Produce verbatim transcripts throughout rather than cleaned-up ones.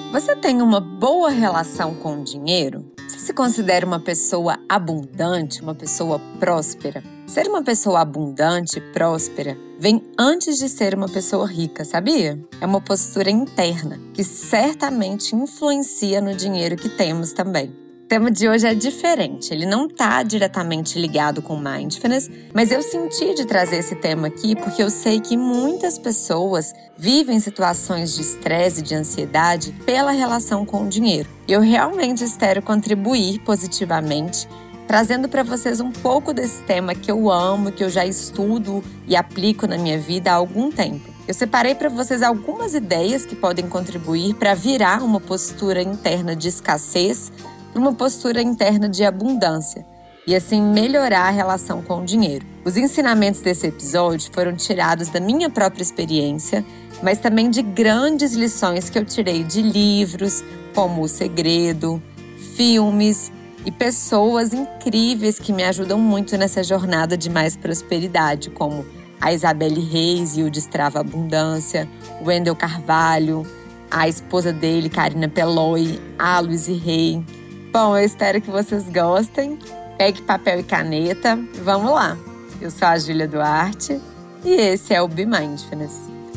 Você tem uma boa relação com o dinheiro? Você se considera uma pessoa abundante, uma pessoa próspera? Ser uma pessoa abundante e próspera vem antes de ser uma pessoa rica, sabia? É uma postura interna que certamente influencia no dinheiro que temos também. O tema de hoje é diferente, ele não está diretamente ligado com mindfulness, mas eu senti de trazer esse tema aqui porque eu sei que muitas pessoas vivem situações de estresse e de ansiedade pela relação com o dinheiro. Eu realmente espero contribuir positivamente, trazendo para vocês um pouco desse tema que eu amo, que eu já estudo e aplico na minha vida há algum tempo. Eu separei para vocês algumas ideias que podem contribuir para virar uma postura interna de escassez para uma postura interna de abundância e assim melhorar a relação com o dinheiro. Os ensinamentos desse episódio foram tirados da minha própria experiência, mas também de grandes lições que eu tirei de livros, como O Segredo, filmes e pessoas incríveis que me ajudam muito nessa jornada de mais prosperidade, como a Isabelle Reis e o Destrava Abundância, o Wendel Carvalho, a esposa dele, Karina Peloy, a Luizy Rey. Bom, eu espero que vocês gostem. Pegue papel e caneta. Vamos lá. Eu sou a Júlia Duarte e esse é o Be Mindfulness.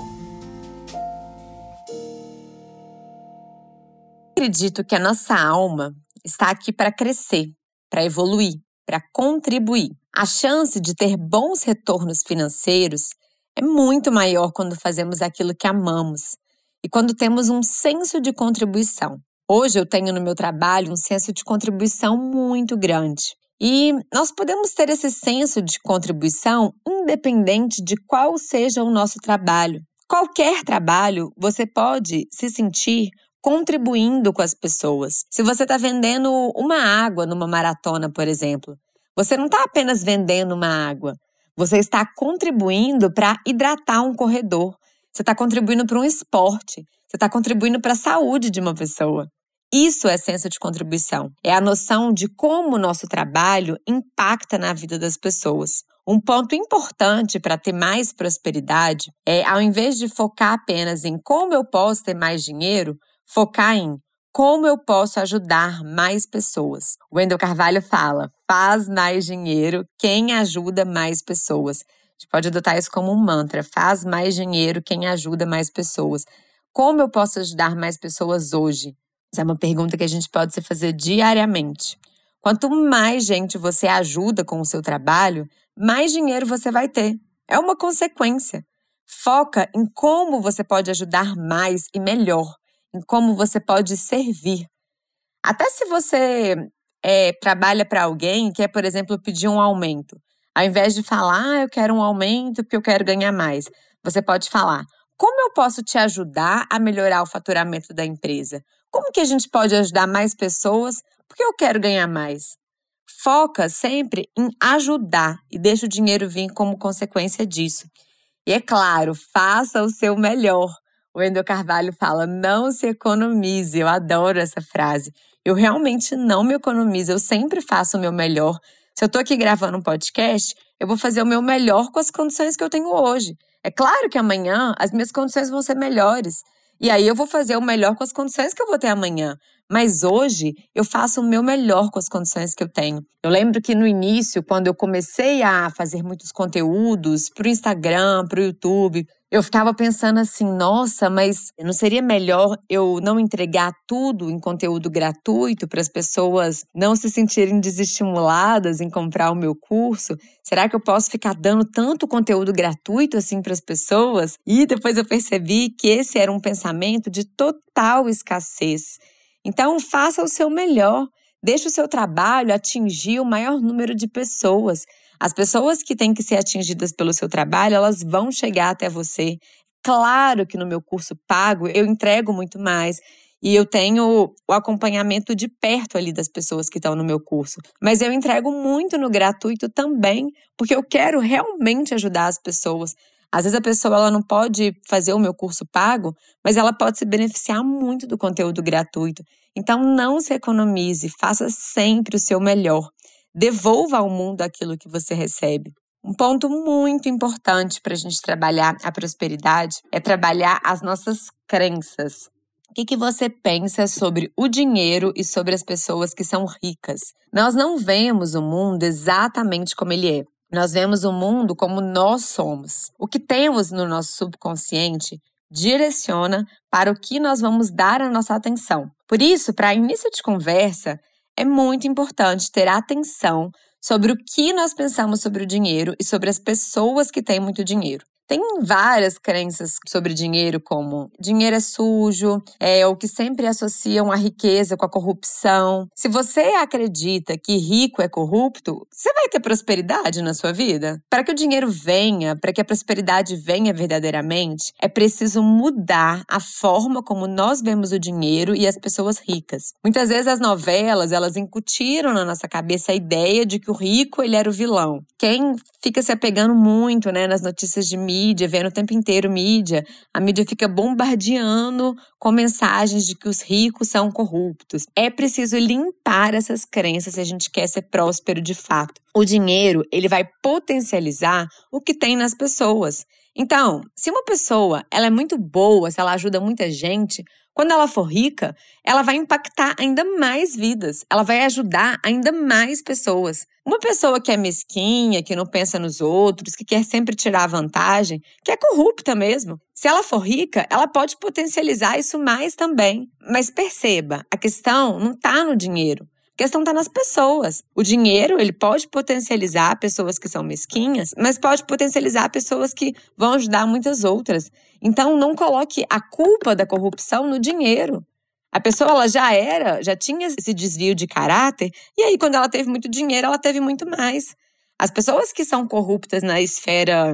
Acredito que a nossa alma está aqui para crescer, para evoluir, para contribuir. A chance de ter bons retornos financeiros é muito maior quando fazemos aquilo que amamos e quando temos um senso de contribuição. Hoje eu tenho no meu trabalho um senso de contribuição muito grande. E nós podemos ter esse senso de contribuição independente de qual seja o nosso trabalho. Qualquer trabalho, você pode se sentir contribuindo com as pessoas. Se você está vendendo uma água numa maratona, por exemplo, você não está apenas vendendo uma água. Você está contribuindo para hidratar um corredor. Você está contribuindo para um esporte. Você está contribuindo para a saúde de uma pessoa. Isso é senso de contribuição. É a noção de como o nosso trabalho impacta na vida das pessoas. Um ponto importante para ter mais prosperidade é, ao invés de focar apenas em como eu posso ter mais dinheiro, focar em como eu posso ajudar mais pessoas. O Wendel Carvalho fala, faz mais dinheiro quem ajuda mais pessoas. A gente pode adotar isso como um mantra, faz mais dinheiro quem ajuda mais pessoas. Como eu posso ajudar mais pessoas hoje? Essa é uma pergunta que a gente pode se fazer diariamente. Quanto mais gente você ajuda com o seu trabalho, mais dinheiro você vai ter. É uma consequência. Foca em como você pode ajudar mais e melhor, em como você pode servir. Até se você é, trabalha para alguém e quer, por exemplo, pedir um aumento, ao invés de falar, ah, eu quero um aumento porque eu quero ganhar mais, você pode falar, como eu posso te ajudar a melhorar o faturamento da empresa? Como que a gente pode ajudar mais pessoas? Porque eu quero ganhar mais. Foca sempre em ajudar e deixa o dinheiro vir como consequência disso. E é claro, faça o seu melhor. O Wendel Carvalho fala, não se economize. Eu adoro essa frase. Eu realmente não me economizo, eu sempre faço o meu melhor. Se eu estou aqui gravando um podcast, eu vou fazer o meu melhor com as condições que eu tenho hoje. É claro que amanhã as minhas condições vão ser melhores. E aí eu vou fazer o melhor com as condições que eu vou ter amanhã. Mas hoje eu faço o meu melhor com as condições que eu tenho. Eu lembro que no início, quando eu comecei a fazer muitos conteúdos para o Instagram, para o YouTube, eu ficava pensando assim, nossa, mas não seria melhor eu não entregar tudo em conteúdo gratuito para as pessoas não se sentirem desestimuladas em comprar o meu curso? Será que eu posso ficar dando tanto conteúdo gratuito assim para as pessoas? E depois eu percebi que esse era um pensamento de total escassez. Então, faça o seu melhor. Deixe o seu trabalho atingir o maior número de pessoas. As pessoas que têm que ser atingidas pelo seu trabalho, elas vão chegar até você. Claro que no meu curso pago eu entrego muito mais e eu tenho o acompanhamento de perto ali das pessoas que estão no meu curso. Mas eu entrego muito no gratuito também, porque eu quero realmente ajudar as pessoas. Às vezes a pessoa ela não pode fazer o meu curso pago, mas ela pode se beneficiar muito do conteúdo gratuito. Então não se economize, faça sempre o seu melhor. Devolva ao mundo aquilo que você recebe. Um ponto muito importante para a gente trabalhar a prosperidade é trabalhar as nossas crenças. O que, que você pensa sobre o dinheiro e sobre as pessoas que são ricas? Nós não vemos o mundo exatamente como ele é. Nós vemos o mundo como nós somos. O que temos no nosso subconsciente direciona para o que nós vamos dar a nossa atenção. Por isso, para início de conversa, é muito importante ter atenção sobre o que nós pensamos sobre o dinheiro e sobre as pessoas que têm muito dinheiro. Tem várias crenças sobre dinheiro, como dinheiro é sujo, é, ou que sempre associam a riqueza com a corrupção. Se você acredita que rico é corrupto, você vai ter prosperidade na sua vida? Para que o dinheiro venha, para que a prosperidade venha verdadeiramente, é preciso mudar a forma como nós vemos o dinheiro e as pessoas ricas. Muitas vezes as novelas, elas incutiram na nossa cabeça a ideia de que o rico, ele era o vilão. Quem fica se apegando muito, né, nas notícias de mídia, mídia, vendo o tempo inteiro mídia, a mídia fica bombardeando com mensagens de que os ricos são corruptos. É preciso limpar essas crenças se a gente quer ser próspero de fato. O dinheiro, ele vai potencializar o que tem nas pessoas. Então, se uma pessoa ela é muito boa, se ela ajuda muita gente, quando ela for rica, ela vai impactar ainda mais vidas, ela vai ajudar ainda mais pessoas. Uma pessoa que é mesquinha, que não pensa nos outros, que quer sempre tirar vantagem, que é corrupta mesmo. Se ela for rica, ela pode potencializar isso mais também. Mas perceba, a questão não está no dinheiro. A questão está nas pessoas. O dinheiro, ele pode potencializar pessoas que são mesquinhas, mas pode potencializar pessoas que vão ajudar muitas outras. Então, não coloque a culpa da corrupção no dinheiro. A pessoa, ela já era, já tinha esse desvio de caráter, e aí, quando ela teve muito dinheiro, ela teve muito mais. As pessoas que são corruptas na esfera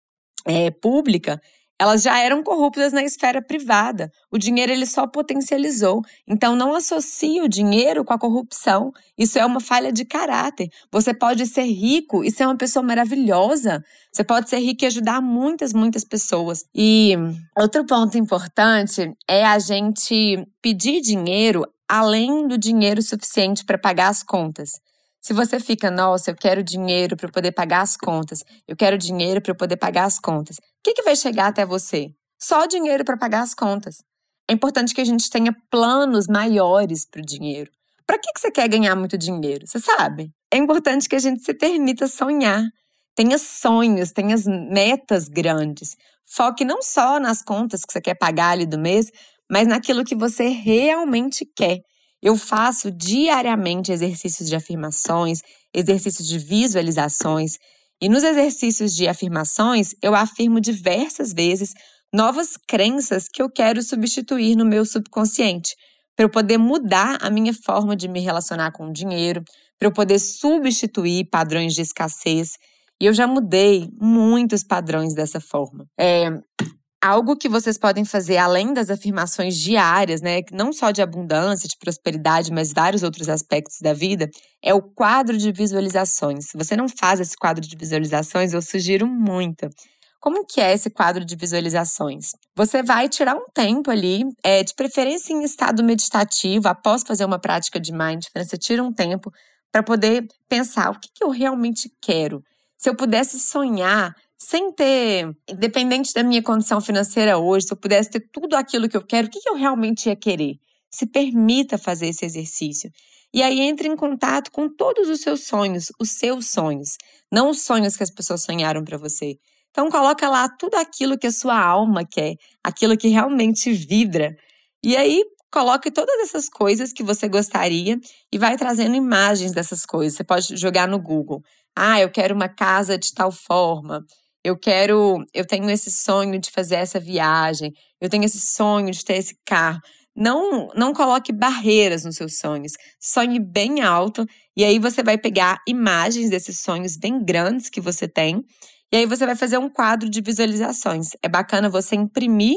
é, pública, elas já eram corruptas na esfera privada. O dinheiro, ele só potencializou. Então, não associe o dinheiro com a corrupção. Isso é uma falha de caráter. Você pode ser rico e ser uma pessoa maravilhosa. Você pode ser rico e ajudar muitas, muitas pessoas. E outro ponto importante é a gente pedir dinheiro além do dinheiro suficiente para pagar as contas. Se você fica, nossa, eu quero dinheiro para poder pagar as contas, eu quero dinheiro para poder pagar as contas, o que, que vai chegar até você? Só dinheiro para pagar as contas. É importante que a gente tenha planos maiores para o dinheiro. Para que, que você quer ganhar muito dinheiro? Você sabe? É importante que a gente se permita sonhar. Tenha sonhos, tenha metas grandes. Foque não só nas contas que você quer pagar ali do mês, mas naquilo que você realmente quer. Eu faço diariamente exercícios de afirmações, exercícios de visualizações. E nos exercícios de afirmações, eu afirmo diversas vezes novas crenças que eu quero substituir no meu subconsciente, para eu poder mudar a minha forma de me relacionar com o dinheiro, para eu poder substituir padrões de escassez. E eu já mudei muitos padrões dessa forma. É... Algo que vocês podem fazer além das afirmações diárias, né, não só de abundância, de prosperidade, mas vários outros aspectos da vida, é o quadro de visualizações. Se você não faz esse quadro de visualizações, eu sugiro muito. Como que é esse quadro de visualizações? Você vai tirar um tempo ali, é, de preferência em estado meditativo, após fazer uma prática de mindfulness, você tira um tempo para poder pensar o que, que eu realmente quero. Se eu pudesse sonhar sem ter, independente da minha condição financeira hoje, se eu pudesse ter tudo aquilo que eu quero, o que eu realmente ia querer? Se permita fazer esse exercício. E aí entre em contato com todos os seus sonhos, os seus sonhos, não os sonhos que as pessoas sonharam para você. Então coloca lá tudo aquilo que a sua alma quer, aquilo que realmente vibra. E aí coloque todas essas coisas que você gostaria e vai trazendo imagens dessas coisas. Você pode jogar no Google. Ah, eu quero uma casa de tal forma. Eu quero, eu tenho esse sonho de fazer essa viagem, eu tenho esse sonho de ter esse carro. Não, não coloque barreiras nos seus sonhos. Sonhe bem alto e aí você vai pegar imagens desses sonhos bem grandes que você tem e aí você vai fazer um quadro de visualizações. É bacana você imprimir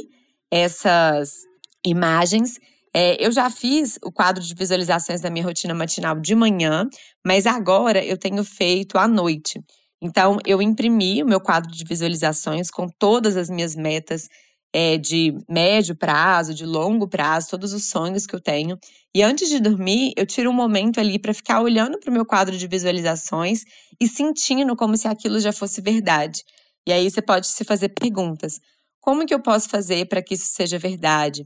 essas imagens. É, eu já fiz o quadro de visualizações da minha rotina matinal de manhã, mas agora eu tenho feito à noite. Então, eu imprimi o meu quadro de visualizações com todas as minhas metas é, de médio prazo, de longo prazo, todos os sonhos que eu tenho. E antes de dormir, eu tiro um momento ali para ficar olhando para o meu quadro de visualizações e sentindo como se aquilo já fosse verdade. E aí você pode se fazer perguntas. Como que eu posso fazer para que isso seja verdade?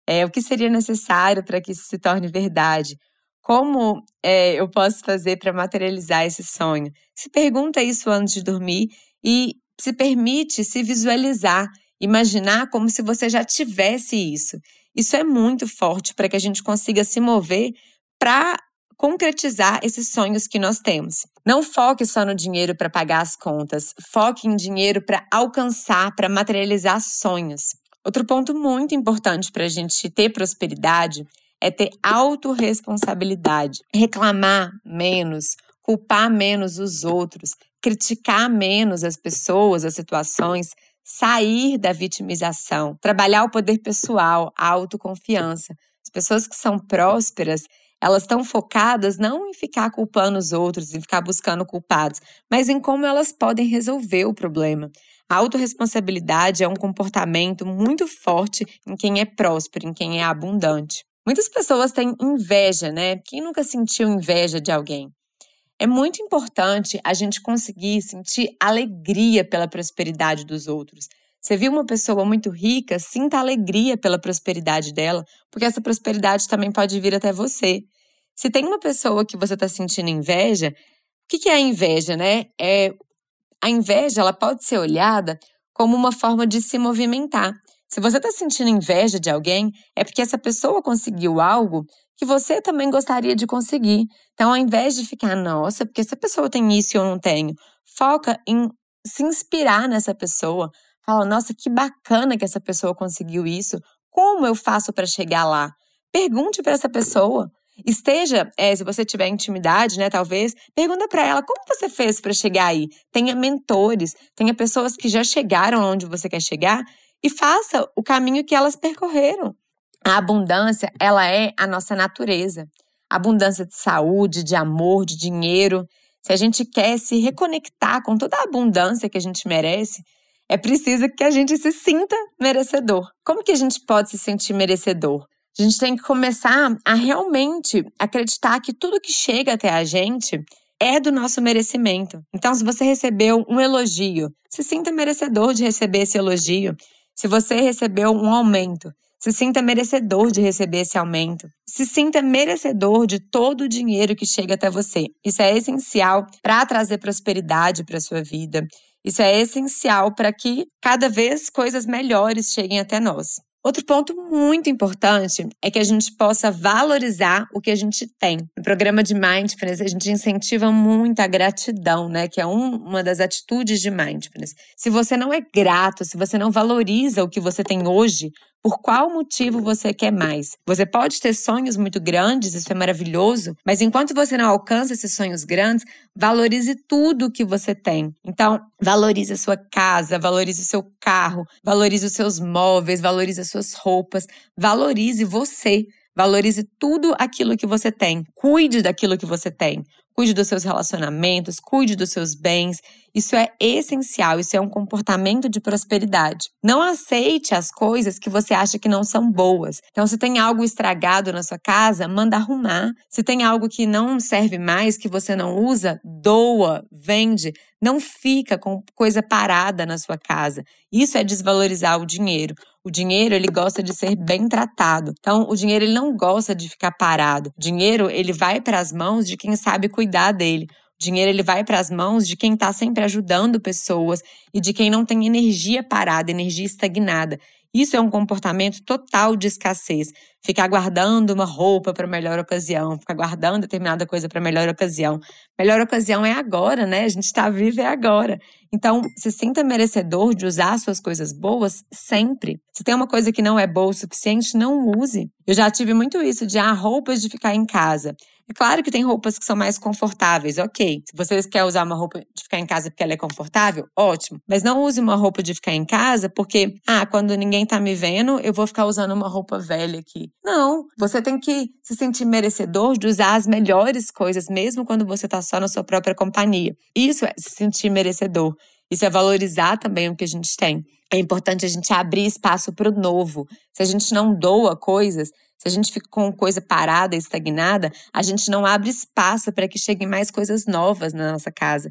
É, o que seria necessário para que isso se torne verdade? Como é, eu posso fazer para materializar esse sonho? Se pergunta isso antes de dormir e se permite se visualizar, imaginar como se você já tivesse isso. Isso é muito forte para que a gente consiga se mover para concretizar esses sonhos que nós temos. Não foque só no dinheiro para pagar as contas, foque em dinheiro para alcançar, para materializar sonhos. Outro ponto muito importante para a gente ter prosperidade é ter autorresponsabilidade, reclamar menos, culpar menos os outros, criticar menos as pessoas, as situações, sair da vitimização, trabalhar o poder pessoal, a autoconfiança. As pessoas que são prósperas, elas estão focadas não em ficar culpando os outros, em ficar buscando culpados, mas em como elas podem resolver o problema. A autorresponsabilidade é um comportamento muito forte em quem é próspero, em quem é abundante. Muitas pessoas têm inveja, né? Quem nunca sentiu inveja de alguém? É muito importante a gente conseguir sentir alegria pela prosperidade dos outros. Você viu uma pessoa muito rica, sinta alegria pela prosperidade dela, porque essa prosperidade também pode vir até você. Se tem uma pessoa que você está sentindo inveja, o que que é a inveja, né? É, a inveja ela pode ser olhada como uma forma de se movimentar. Se você está sentindo inveja de alguém, é porque essa pessoa conseguiu algo que você também gostaria de conseguir. Então, ao invés de ficar, nossa, porque essa pessoa tem isso e eu não tenho, foca em se inspirar nessa pessoa. Fala, nossa, que bacana que essa pessoa conseguiu isso. Como eu faço para chegar lá? Pergunte para essa pessoa. Esteja, é, se você tiver intimidade, né, talvez, pergunta para ela como você fez para chegar aí. Tenha mentores, tenha pessoas que já chegaram onde você quer chegar e faça o caminho que elas percorreram. A abundância, ela é a nossa natureza. Abundância de saúde, de amor, de dinheiro. Se a gente quer se reconectar com toda a abundância que a gente merece, é preciso que a gente se sinta merecedor. Como que a gente pode se sentir merecedor? A gente tem que começar a realmente acreditar que tudo que chega até a gente é do nosso merecimento. Então, se você recebeu um elogio, se sinta merecedor de receber esse elogio. Se você recebeu um aumento, se sinta merecedor de receber esse aumento. Se sinta merecedor de todo o dinheiro que chega até você. Isso é essencial para trazer prosperidade para a sua vida. Isso é essencial para que cada vez coisas melhores cheguem até nós. Outro ponto muito importante é que a gente possa valorizar o que a gente tem. No programa de Mindfulness, a gente incentiva muito a gratidão, né? Que é um, uma das atitudes de Mindfulness. Se você não é grato, se você não valoriza o que você tem hoje, por qual motivo você quer mais? Você pode ter sonhos muito grandes, isso é maravilhoso, mas enquanto você não alcança esses sonhos grandes, valorize tudo o que você tem. Então, valorize a sua casa, valorize o seu carro, valorize os seus móveis, valorize as suas roupas, valorize você, valorize tudo aquilo que você tem. Cuide daquilo que você tem. Cuide dos seus relacionamentos, cuide dos seus bens. Isso é essencial, isso é um comportamento de prosperidade. Não aceite as coisas que você acha que não são boas. Então, se tem algo estragado na sua casa, manda arrumar. Se tem algo que não serve mais, que você não usa, doa, vende. Não fica com coisa parada na sua casa. Isso é desvalorizar o dinheiro. O dinheiro, ele gosta de ser bem tratado. Então, o dinheiro, ele não gosta de ficar parado. O dinheiro, ele vai para as mãos de quem sabe cuidar dele. O dinheiro, ele vai para as mãos de quem está sempre ajudando pessoas e de quem não tem energia parada, energia estagnada. Isso é um comportamento total de escassez. Ficar guardando uma roupa para melhor ocasião, ficar guardando determinada coisa para melhor ocasião. Melhor ocasião é agora, né? A gente está vivo é agora. Então, se sinta merecedor de usar suas coisas boas sempre. Se tem uma coisa que não é boa o suficiente, não use. Eu já tive muito isso de ah, roupas de ficar em casa. É claro que tem roupas que são mais confortáveis, ok. Se você quer usar uma roupa de ficar em casa porque ela é confortável, ótimo. Mas não use uma roupa de ficar em casa porque, ah, quando ninguém tá me vendo, eu vou ficar usando uma roupa velha aqui. Não, você tem que se sentir merecedor de usar as melhores coisas, mesmo quando você tá só na sua própria companhia. Isso é se sentir merecedor. Isso é valorizar também o que a gente tem. É importante a gente abrir espaço para o novo. Se a gente não doa coisas, se a gente fica com coisa parada e estagnada, a gente não abre espaço para que cheguem mais coisas novas na nossa casa.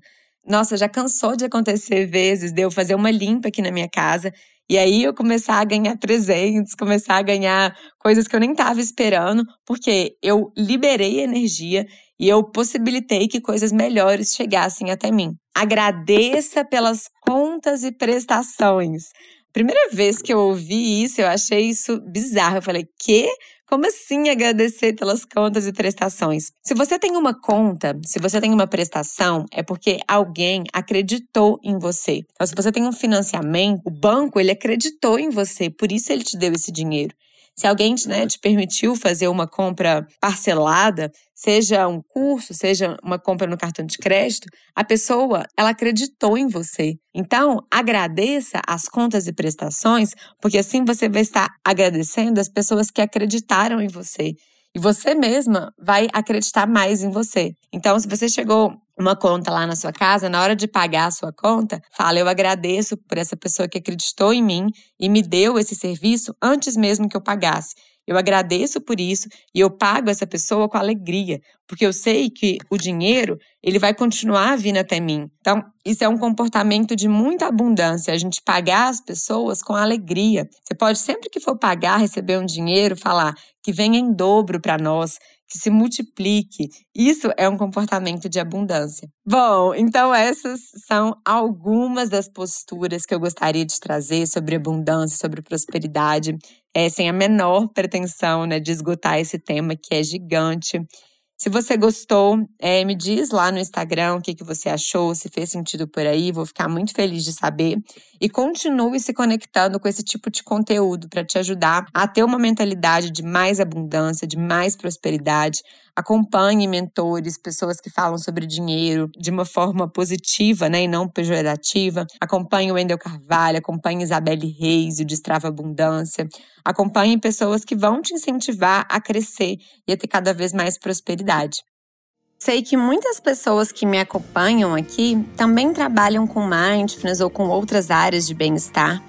nossa, já cansou de acontecer vezes de eu fazer uma limpa aqui na minha casa e aí eu começar a ganhar presentes, começar a ganhar coisas que eu nem estava esperando, porque eu liberei energia e eu possibilitei que coisas melhores chegassem até mim. Agradeça pelas contas e prestações. Primeira vez que eu ouvi isso, eu achei isso bizarro. Eu falei, quê? Como assim agradecer pelas contas e prestações? Se você tem uma conta, se você tem uma prestação, é porque alguém acreditou em você. Então, se você tem um financiamento, o banco, ele acreditou em você, por isso ele te deu esse dinheiro. Se alguém né, te permitiu fazer uma compra parcelada, seja um curso, seja uma compra no cartão de crédito, a pessoa, ela acreditou em você. Então, agradeça as contas e prestações, porque assim você vai estar agradecendo as pessoas que acreditaram em você. E você mesma vai acreditar mais em você. Então, se você chegou uma conta lá na sua casa, na hora de pagar a sua conta, fala, eu agradeço por essa pessoa que acreditou em mim e me deu esse serviço antes mesmo que eu pagasse. Eu agradeço por isso e eu pago essa pessoa com alegria, porque eu sei que o dinheiro, ele vai continuar vindo até mim. Então, isso é um comportamento de muita abundância, a gente pagar as pessoas com alegria. Você pode, sempre que for pagar, receber um dinheiro, falar que venha em dobro para nós, que se multiplique. Isso é um comportamento de abundância. Bom, então essas são algumas das posturas que eu gostaria de trazer sobre abundância, sobre prosperidade, é, sem a menor pretensão né, de esgotar esse tema que é gigante. Se você gostou, é, me diz lá no Instagram o que, que você achou, se fez sentido por aí, vou ficar muito feliz de saber. E continue se conectando com esse tipo de conteúdo para te ajudar a ter uma mentalidade de mais abundância, de mais prosperidade. Acompanhe mentores, pessoas que falam sobre dinheiro de uma forma positiva né, e não pejorativa. Acompanhe o Wendel Carvalho, acompanhe Isabelle Reis e o Destrava Abundância. Acompanhe pessoas que vão te incentivar a crescer e a ter cada vez mais prosperidade. Sei que muitas pessoas que me acompanham aqui também trabalham com mindfulness ou com outras áreas de bem-estar.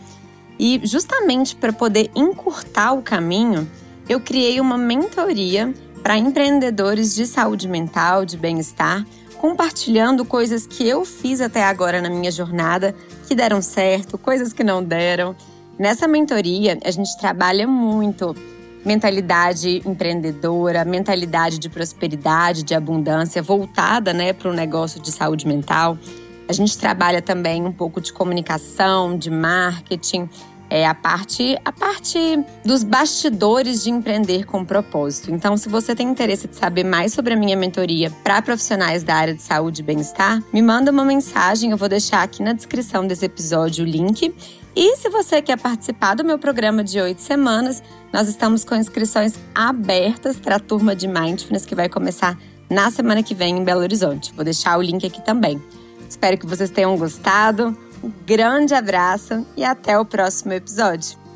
E justamente para poder encurtar o caminho, eu criei uma mentoria para empreendedores de saúde mental, de bem-estar, compartilhando coisas que eu fiz até agora na minha jornada, que deram certo, coisas que não deram. Nessa mentoria, a gente trabalha muito mentalidade empreendedora, mentalidade de prosperidade, de abundância, voltada né, para o negócio de saúde mental. A gente trabalha também um pouco de comunicação, de marketing, é a parte, a parte dos bastidores de empreender com propósito. Então, se você tem interesse de saber mais sobre a minha mentoria para profissionais da área de saúde e bem-estar, me manda uma mensagem, eu vou deixar aqui na descrição desse episódio o link. E se você quer participar do meu programa de oito semanas, nós estamos com inscrições abertas para a turma de Mindfulness que vai começar na semana que vem em Belo Horizonte. Vou deixar o link aqui também. Espero que vocês tenham gostado. Um grande abraço e até o próximo episódio.